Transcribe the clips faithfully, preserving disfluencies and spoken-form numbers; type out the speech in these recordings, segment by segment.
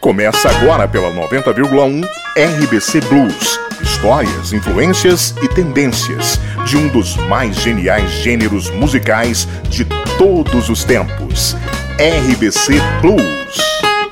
Começa agora pela noventa vírgula um R B C Blues. Histórias, influências e tendências de um dos mais geniais gêneros musicais de todos os tempos. R B C Blues.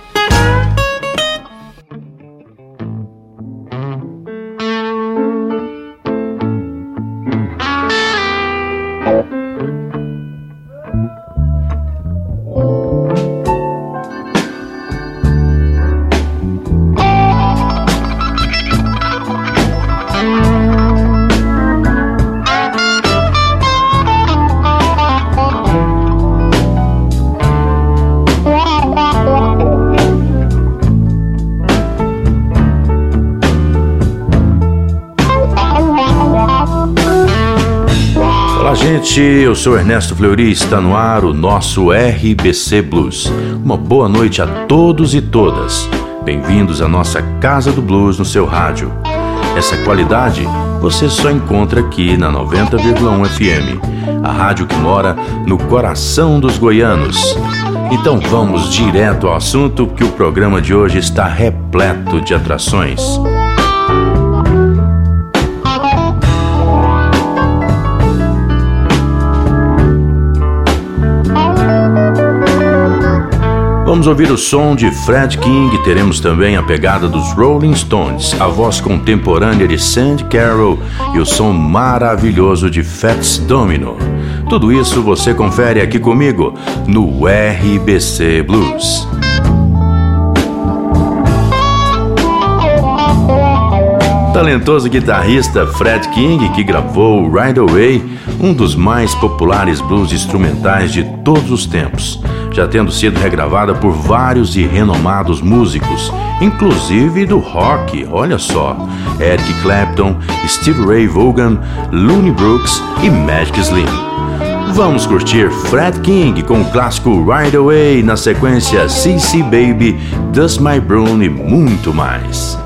Gente, eu sou Ernesto Fleury e está no ar o nosso R B C Blues. Uma boa noite a todos e todas. Bem-vindos à nossa Casa do Blues no seu rádio. Essa qualidade você só encontra aqui na noventa vírgula um F M, a rádio que mora no coração dos goianos. Então vamos direto ao assunto, que o programa de hoje está repleto de atrações. Vamos ouvir o som de Fred King, teremos também a pegada dos Rolling Stones, a voz contemporânea de Sandy Carroll e o som maravilhoso de Fats Domino. Tudo isso você confere aqui comigo no R B C Blues. Talentoso guitarrista Fred King, que gravou Ride Away, um dos mais populares blues instrumentais de todos os tempos, já tendo sido regravada por vários e renomados músicos, inclusive do rock, olha só, Eric Clapton, Stevie Ray Vaughan, Lonnie Brooks e Magic Slim. Vamos curtir Fred King com o clássico Ride Away, na sequência C C Baby, Dust My Broom e muito mais.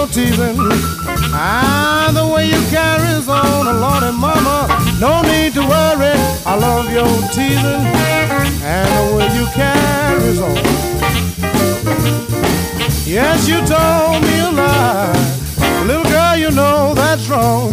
teasing. Ah, the way you carries on, Lordy mama, no need to worry. I love your teasing and the way you carries on. Yes, you told me a lie, little girl, you know that's wrong.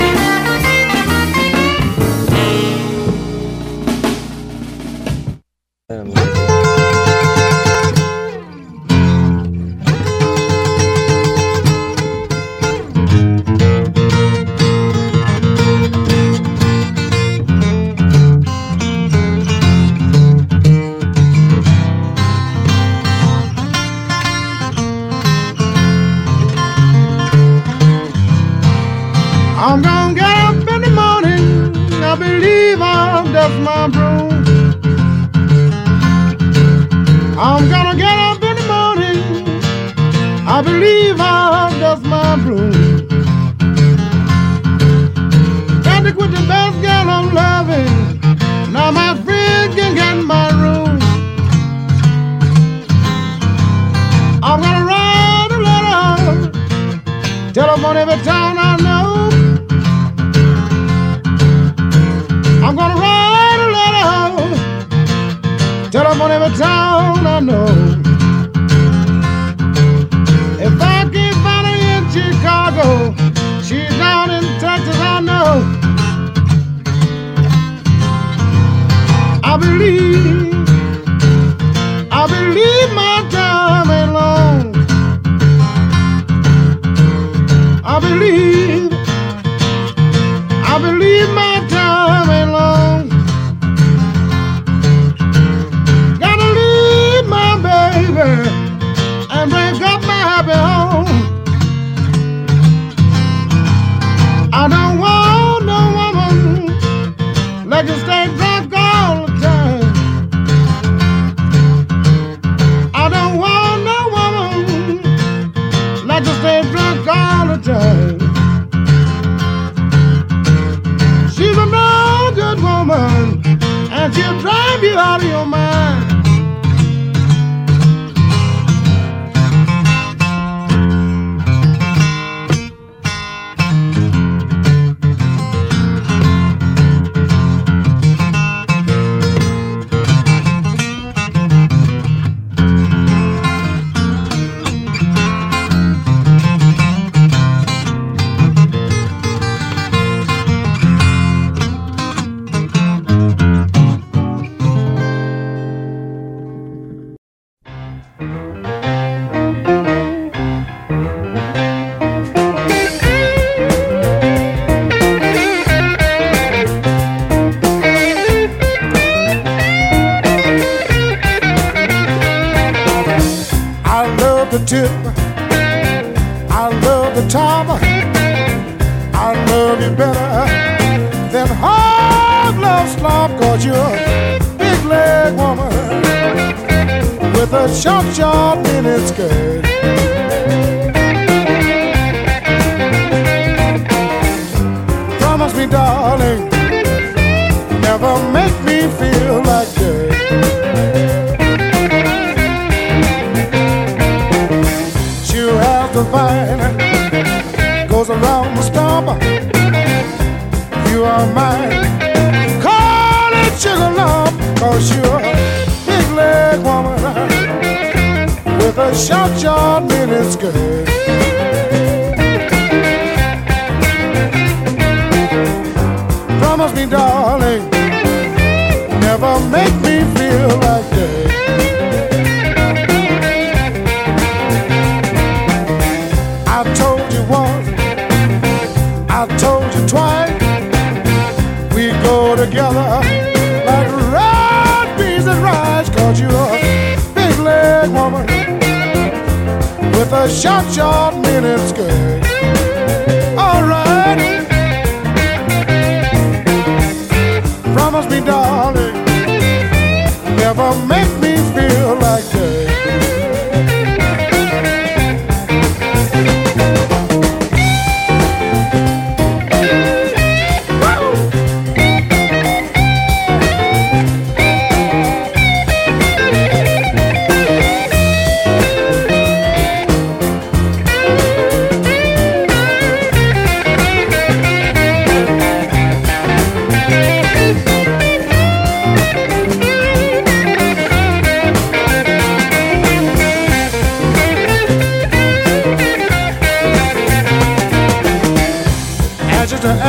I'm gonna get up in the morning, I believe I'll dust my broom. I'm gonna get up in the morning, I believe I'll dust my broom. Got to quit the best girl I'm loving, now my friend can get my room. I'm gonna write a letter, telephone every town I know. I'm gonna write a letter, telephone every town I know. If I can't find her in Chicago, she's down in Texas, I know. I believe, I believe my time ain't long. I believe, I believe my time ain't long. Gotta leave my baby and break up my happy home. I don't want no woman like to stay drunk all the time. I don't want no woman like to stay drunk all the time. She's a no good woman, and she'll drive you out of your mind. Tip, I love the top, I love you better than hard love slop, cause you're a big leg woman with a short, short mini skirt. Promise me, darling, never make me feel like dirt. The vine goes around the stump. You are mine. Call it sugar lump, cause you're a big leg woman with a short, short mini skirt. Promise me, darling, never make me feel like that. I told you once, I told you twice, we go together like red beans and rice, cause you're a big leg woman with a short, short mini skirt. Alright, promise me, darling, never make me feel like that.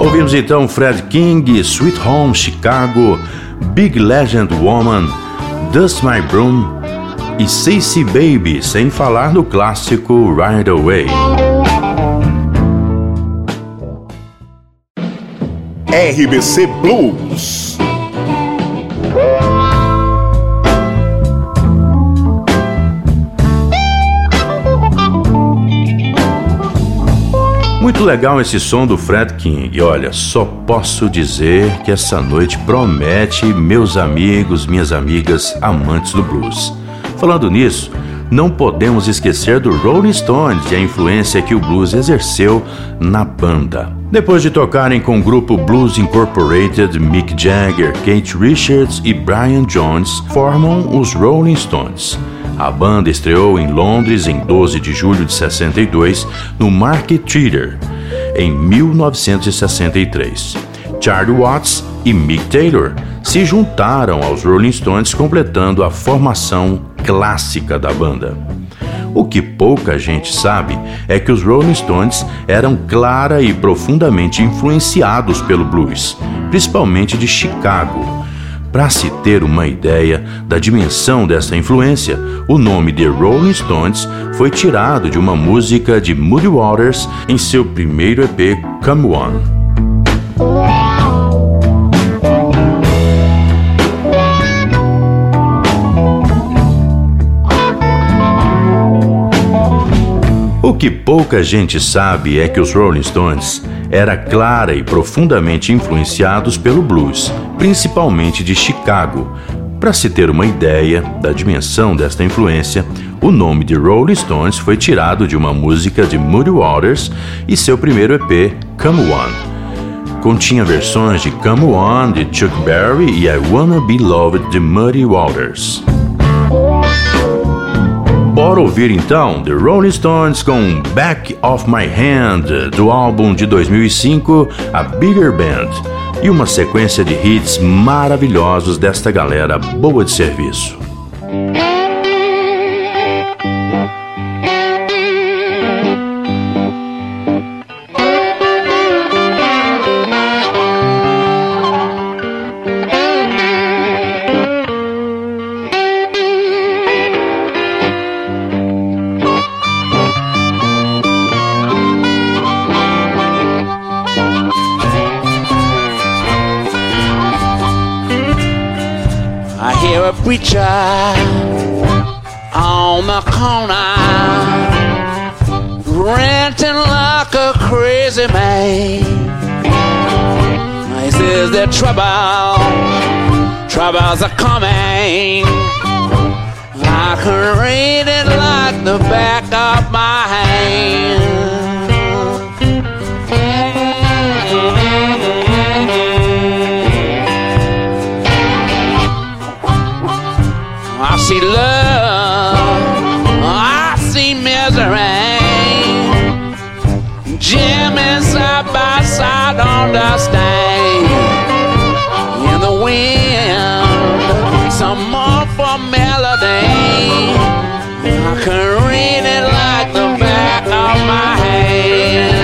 Ouvimos então Fred King, Sweet Home Chicago, Big Legend Woman, Dust My Broom e Cece Baby, sem falar no clássico Right Away. R B C Blues. Muito legal esse som do Fred King. Olha, só posso dizer que essa noite promete, meus amigos, minhas amigas, amantes do blues. Falando nisso, não podemos esquecer do Rolling Stones e a influência que o blues exerceu na banda. Depois de tocarem com o grupo Blues Incorporated, Mick Jagger, Keith Richards e Brian Jones formam os Rolling Stones. A banda estreou em Londres em doze de julho de sessenta e dois no Market Theatre, em mil novecentos e sessenta e três. Charlie Watts e Mick Taylor se juntaram aos Rolling Stones, completando a formação clássica da banda. O que pouca gente sabe é que os Rolling Stones eram clara e profundamente influenciados pelo blues, principalmente de Chicago. Para se ter uma ideia da dimensão dessa influência, o nome de Rolling Stones foi tirado de uma música de Muddy Waters em seu primeiro E P, Come On. O que pouca gente sabe é que os Rolling Stones eram clara e profundamente influenciados pelo blues, principalmente de Chicago. Para se ter uma ideia da dimensão desta influência, o nome de Rolling Stones foi tirado de uma música de Muddy Waters e seu primeiro E P, Come On. Continha versões de Come On de Chuck Berry e I Wanna Be Loved de Muddy Waters. Bora ouvir então The Rolling Stones com Back of My Hand, do álbum de dois mil e cinco, A Bigger Band, e uma sequência de hits maravilhosos desta galera boa de serviço. Preacher on the corner, ranting like a crazy man. He says that trouble, troubles are coming. I can read it like the back of my hand. I see love, I see misery, jamming side by side on the stage. In the wind, some more for melody. I can read it like the back of my hand.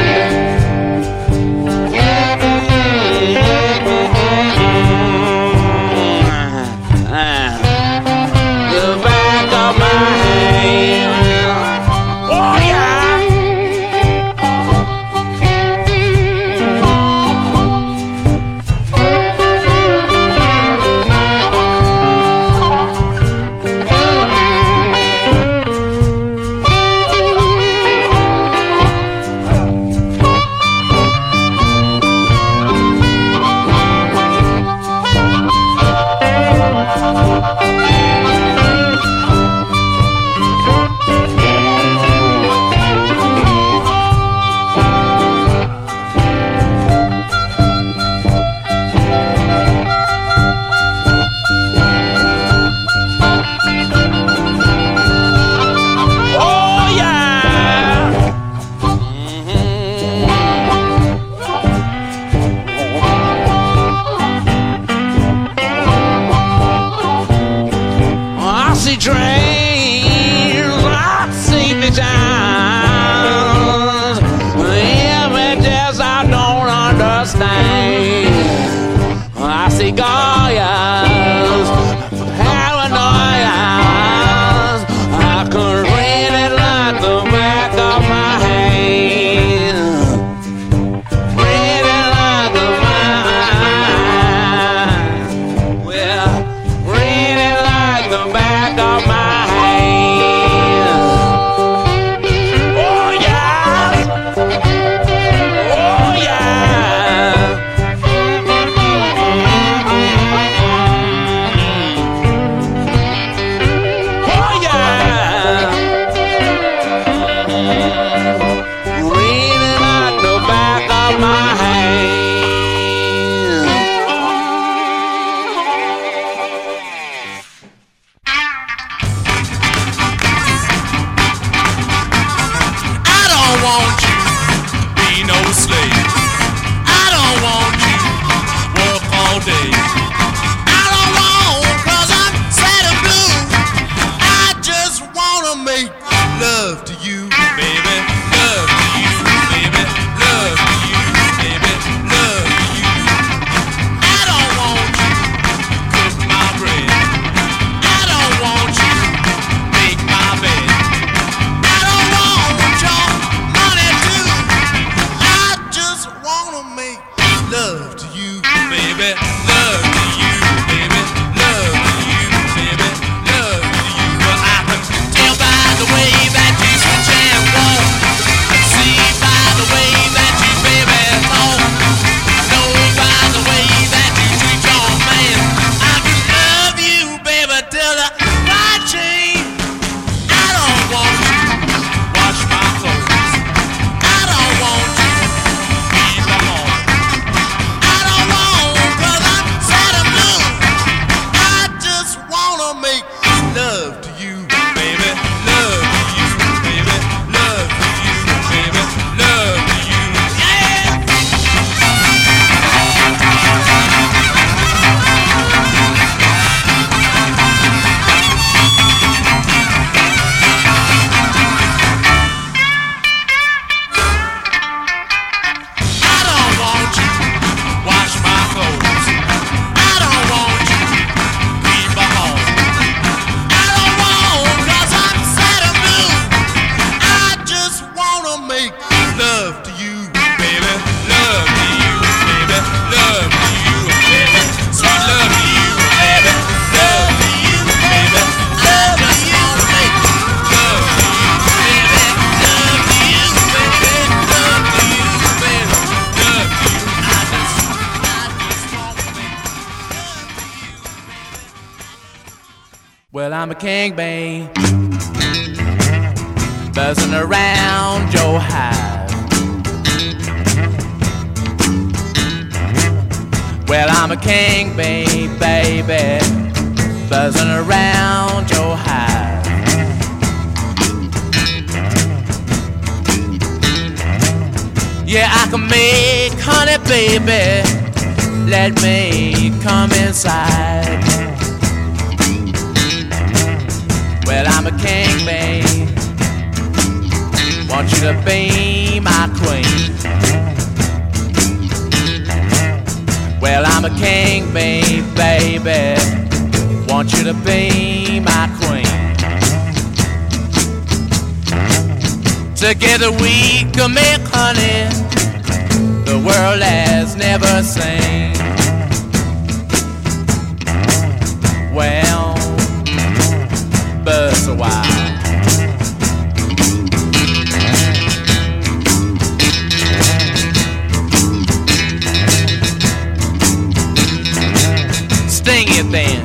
Well, I'm a king, babe, buzzing around your hive. Well, I'm a king, babe, baby, buzzing around your hive. Yeah, I can make honey, baby, let me come inside. Well, I'm a king, babe, want you to be my queen. Well, I'm a king, babe, baby, want you to be my queen. Together we can make honey the world has never seen. Well, buzz a while. Sting it then.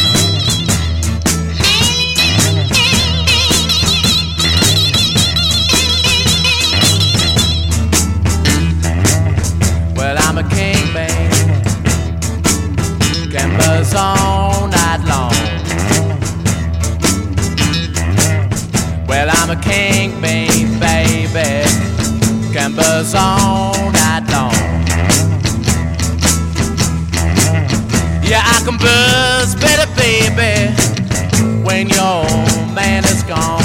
I'm a king, babe, can buzz all night long. Well, I'm a king, babe, baby, can buzz all night long. Yeah, I can buzz better, baby, when your man is gone.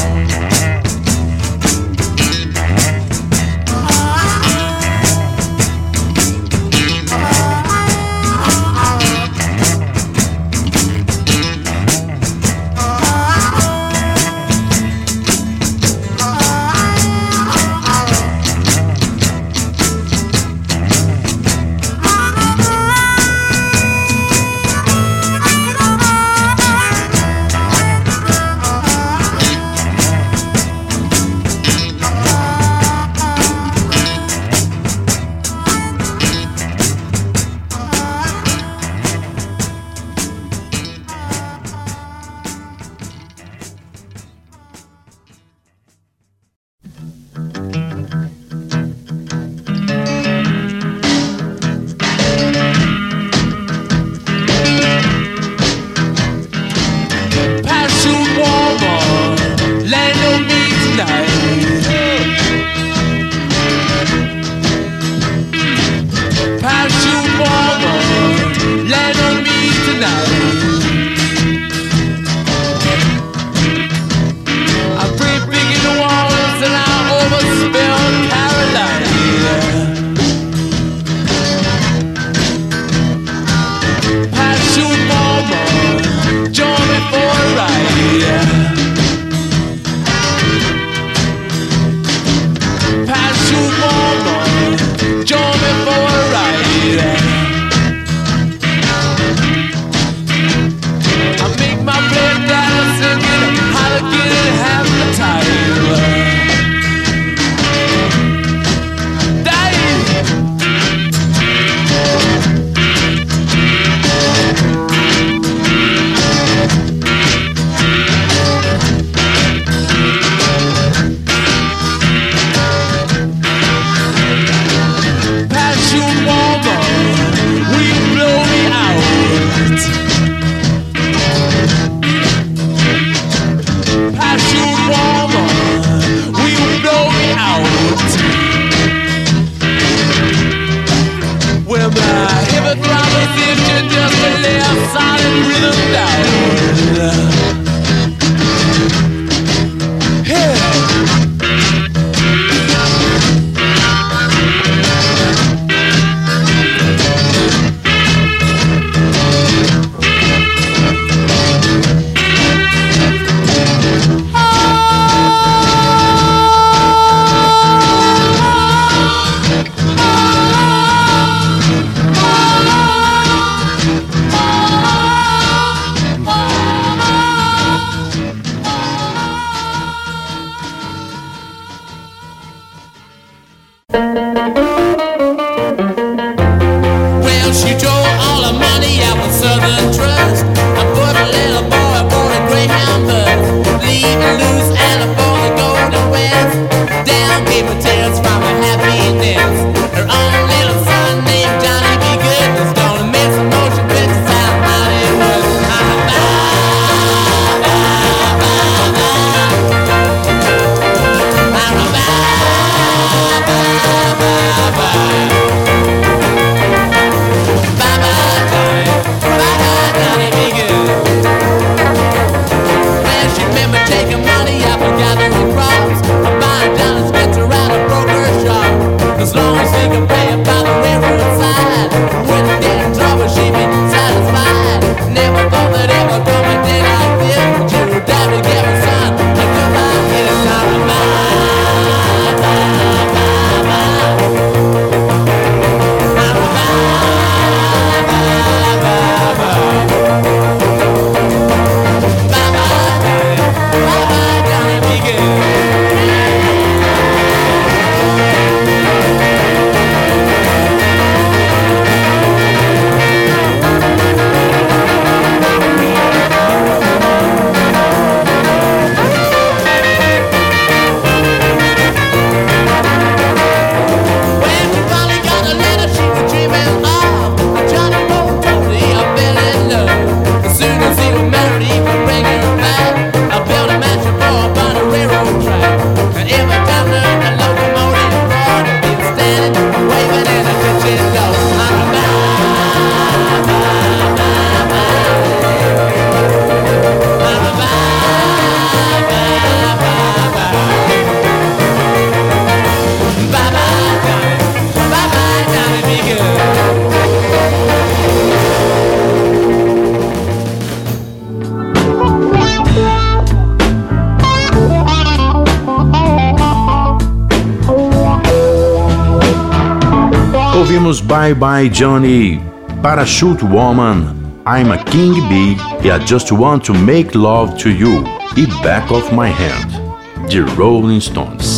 Ouvimos Bye Bye Johnny, Parachute Woman, I'm a King Bee e I Just Want to Make Love to You e Back of My Hand, de Rolling Stones.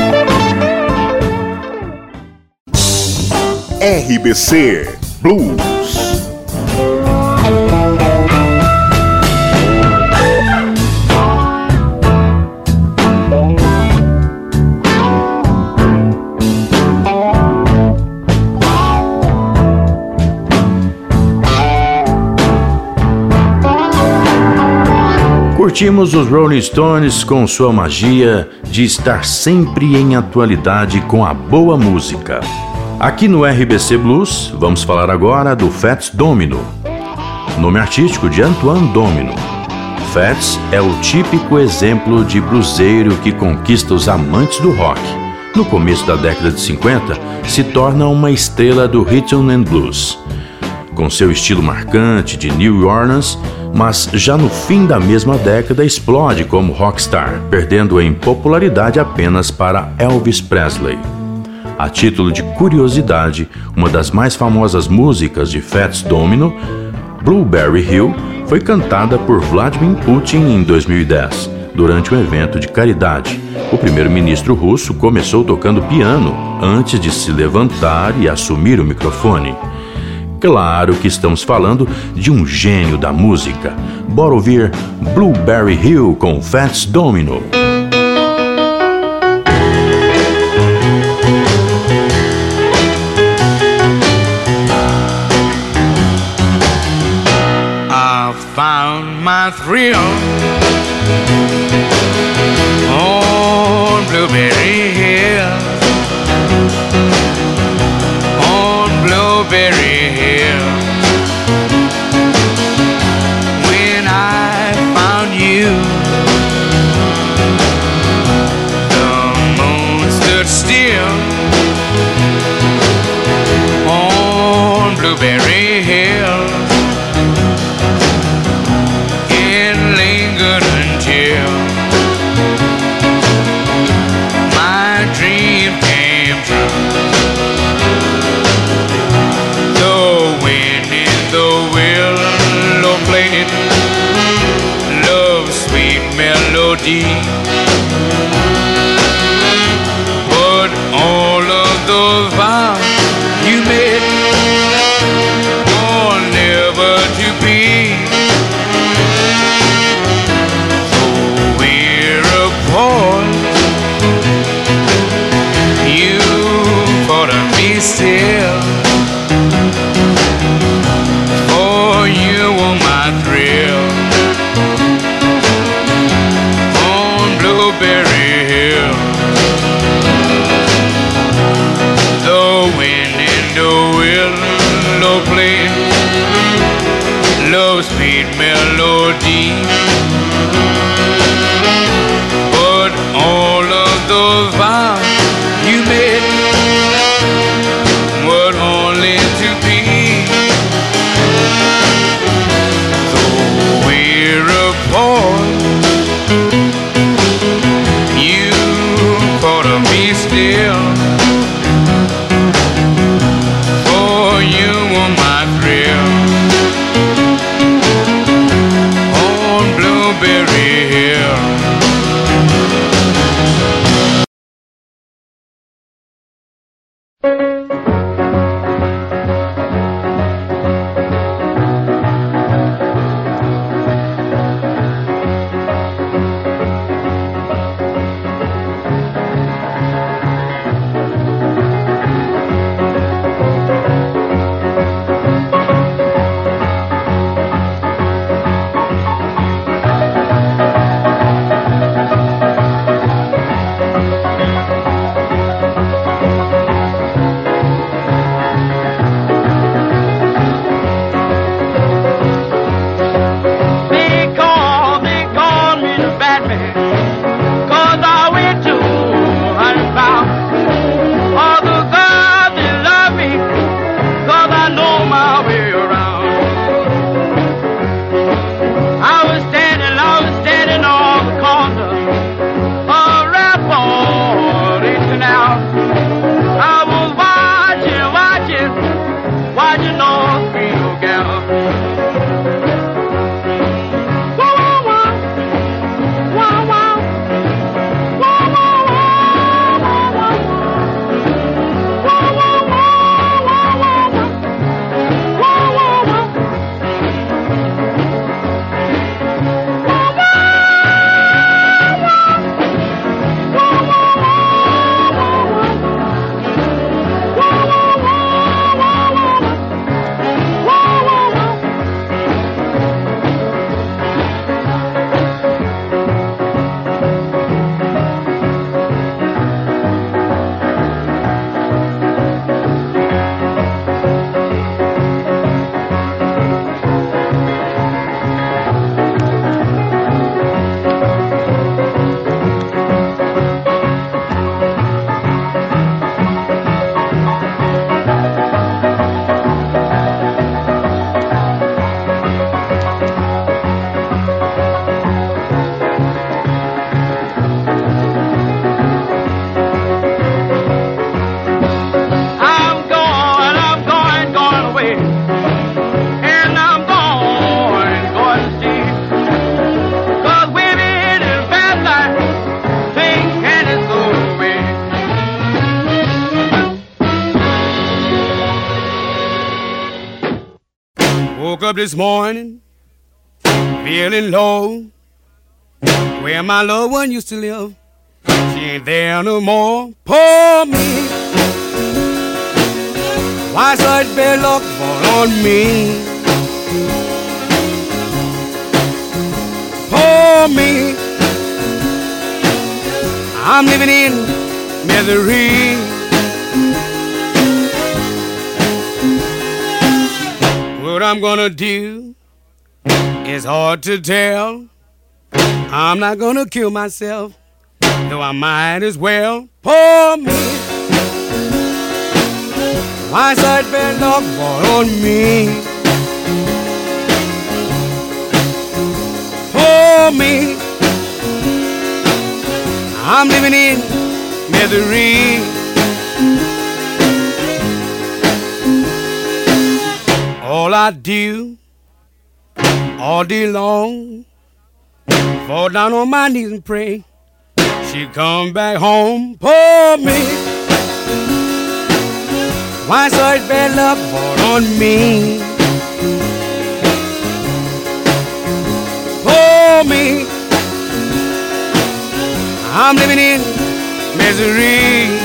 R B C Blues. Curtimos os Rolling Stones com sua magia de estar sempre em atualidade com a boa música. Aqui no R B C Blues, vamos falar agora do Fats Domino, nome artístico de Antoine Domino. Fats é o típico exemplo de bluseiro que conquista os amantes do rock. No começo da década de cinquenta, se torna uma estrela do rhythm and blues, com seu estilo marcante de New Orleans, mas já no fim da mesma década explode como rockstar, perdendo em popularidade apenas para Elvis Presley. A título de curiosidade, uma das mais famosas músicas de Fats Domino, Blueberry Hill, foi cantada por Vladimir Putin em dois mil e dez, durante um evento de caridade. O primeiro-ministro russo começou tocando piano antes de se levantar e assumir o microfone. Claro que estamos falando de um gênio da música. Bora ouvir Blueberry Hill com Fats Domino. I found my thrill on Blueberry Hill, on Blueberry Hill. When I found you, the moon stood still on Blueberry Hill. It lingered until my dream came true. The wind in the willow played love's sweet melody, but all of those vows you made Woke up this morning, feeling low. Where my loved one used to live, she ain't there no more. Poor me, why such bad luck fall on me? Poor me, I'm living in misery. What I'm gonna do is hard to tell. I'm not gonna kill myself, though I might as well. Poor me, why such bad luck fall on me? Poor me, I'm living in misery. All I do all day long, fall down on my knees and pray she come back home. Poor me, why such bad luck fall on me? Poor me, I'm living in misery.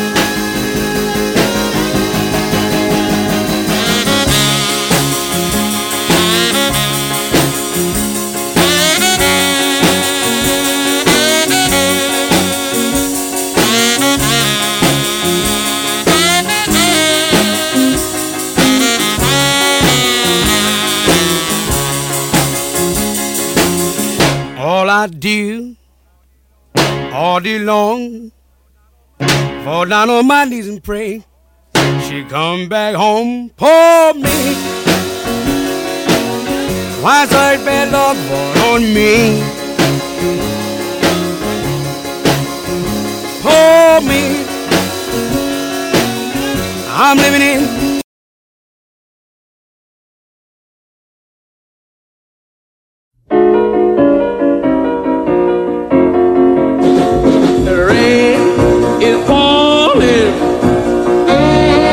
All I do all day long, fall down on my knees and pray she come back home. Poor me, why such bad luck fall on me? Poor me, I'm living in is falling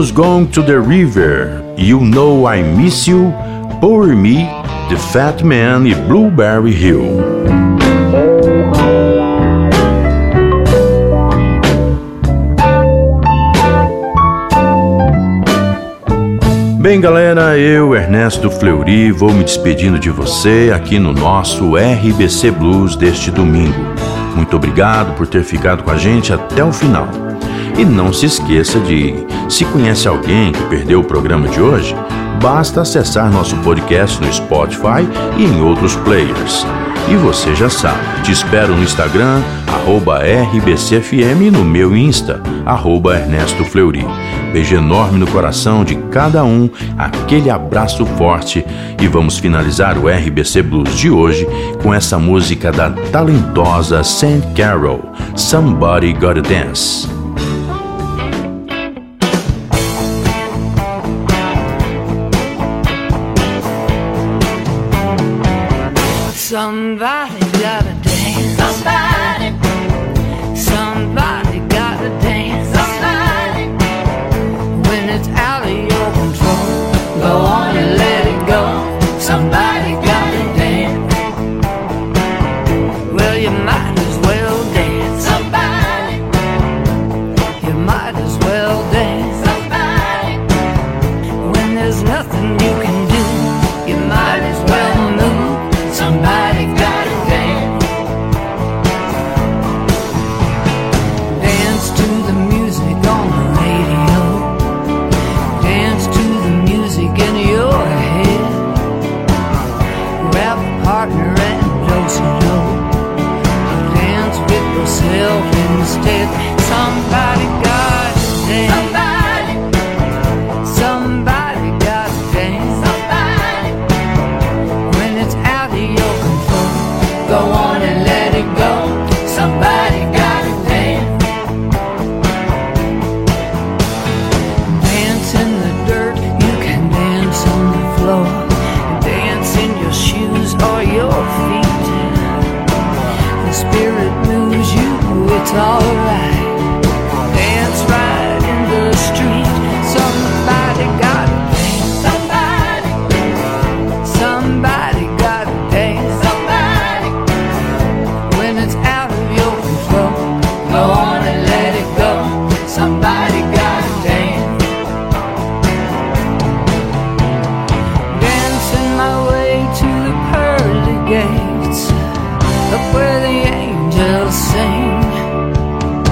Who's Going to the River? You Know I Miss You, Poor Me, The Fat Man e Blueberry Hill. Bem, galera, eu, Ernesto Fleury, vou me despedindo de você aqui no nosso R B C Blues deste domingo. Muito obrigado por ter ficado com a gente até o final. E não se esqueça de, se conhece alguém que perdeu o programa de hoje, basta acessar nosso podcast no Spotify e em outros players. E você já sabe, te espero no Instagram, arroba R B C F M, e no meu Insta, arroba Ernesto Fleury. Beijo enorme no coração de cada um, aquele abraço forte, e vamos finalizar o R B C Blues de hoje com essa música da talentosa Saint Carol, Somebody Gotta Dance. Somebody gotta dance. Somebody. Somebody gotta dance. Somebody. When it's out of your control, go on and let it go. Somebody gotta dance. Well, you might as well dance. Somebody. You might as well dance. Somebody. When there's nothing you can do, you might as well move. Somebody gotta dance. Dance to the music on the radio. Dance to the music in your head. Grab a partner and dose it low. Dance with yourself instead. Somebody gotta dance. Somebody. Somebody gotta dance. Somebody. When it's out of your control, go on and let it go. Somebody gotta dance. Dance in the dirt, you can dance on the floor. Dance in your shoes or your feet. The spirit moves you, it's alright. Dance right in the street. Somebody gotta dance. Somebody. Somebody gotta dance. Somebody. When it's out of your control, go on and let it go. Somebody gotta dance. Dancing my way to the pearly gates, up where the angels sing.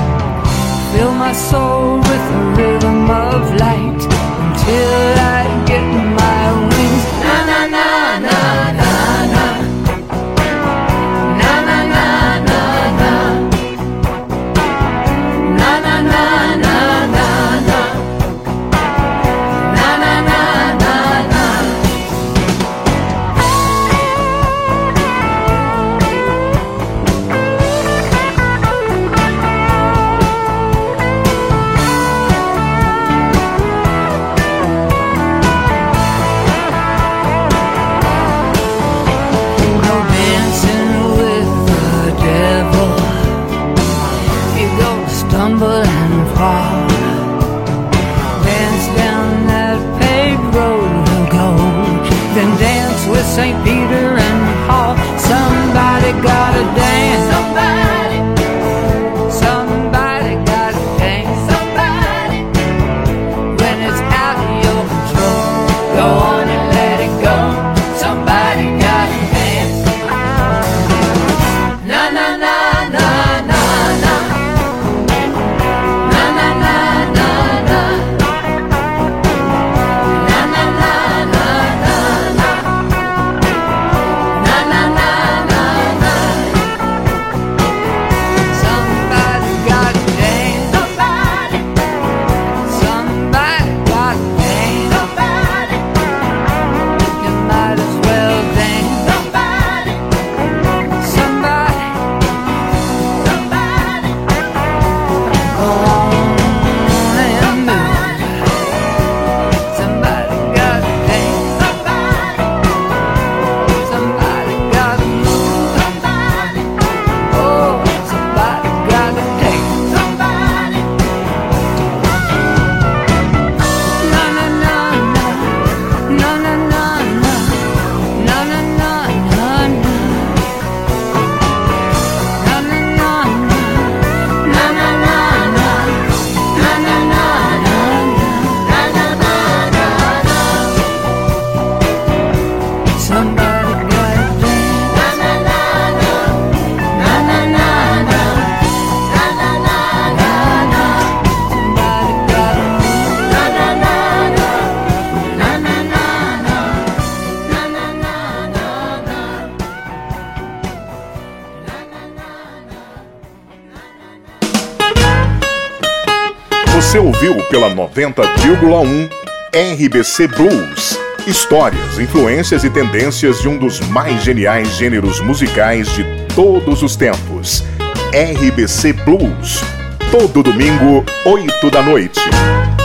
Você ouviu pela noventa vírgula um R B C Blues. Histórias, influências e tendências de um dos mais geniais gêneros musicais de todos os tempos. R B C Blues. Todo domingo, oito da noite.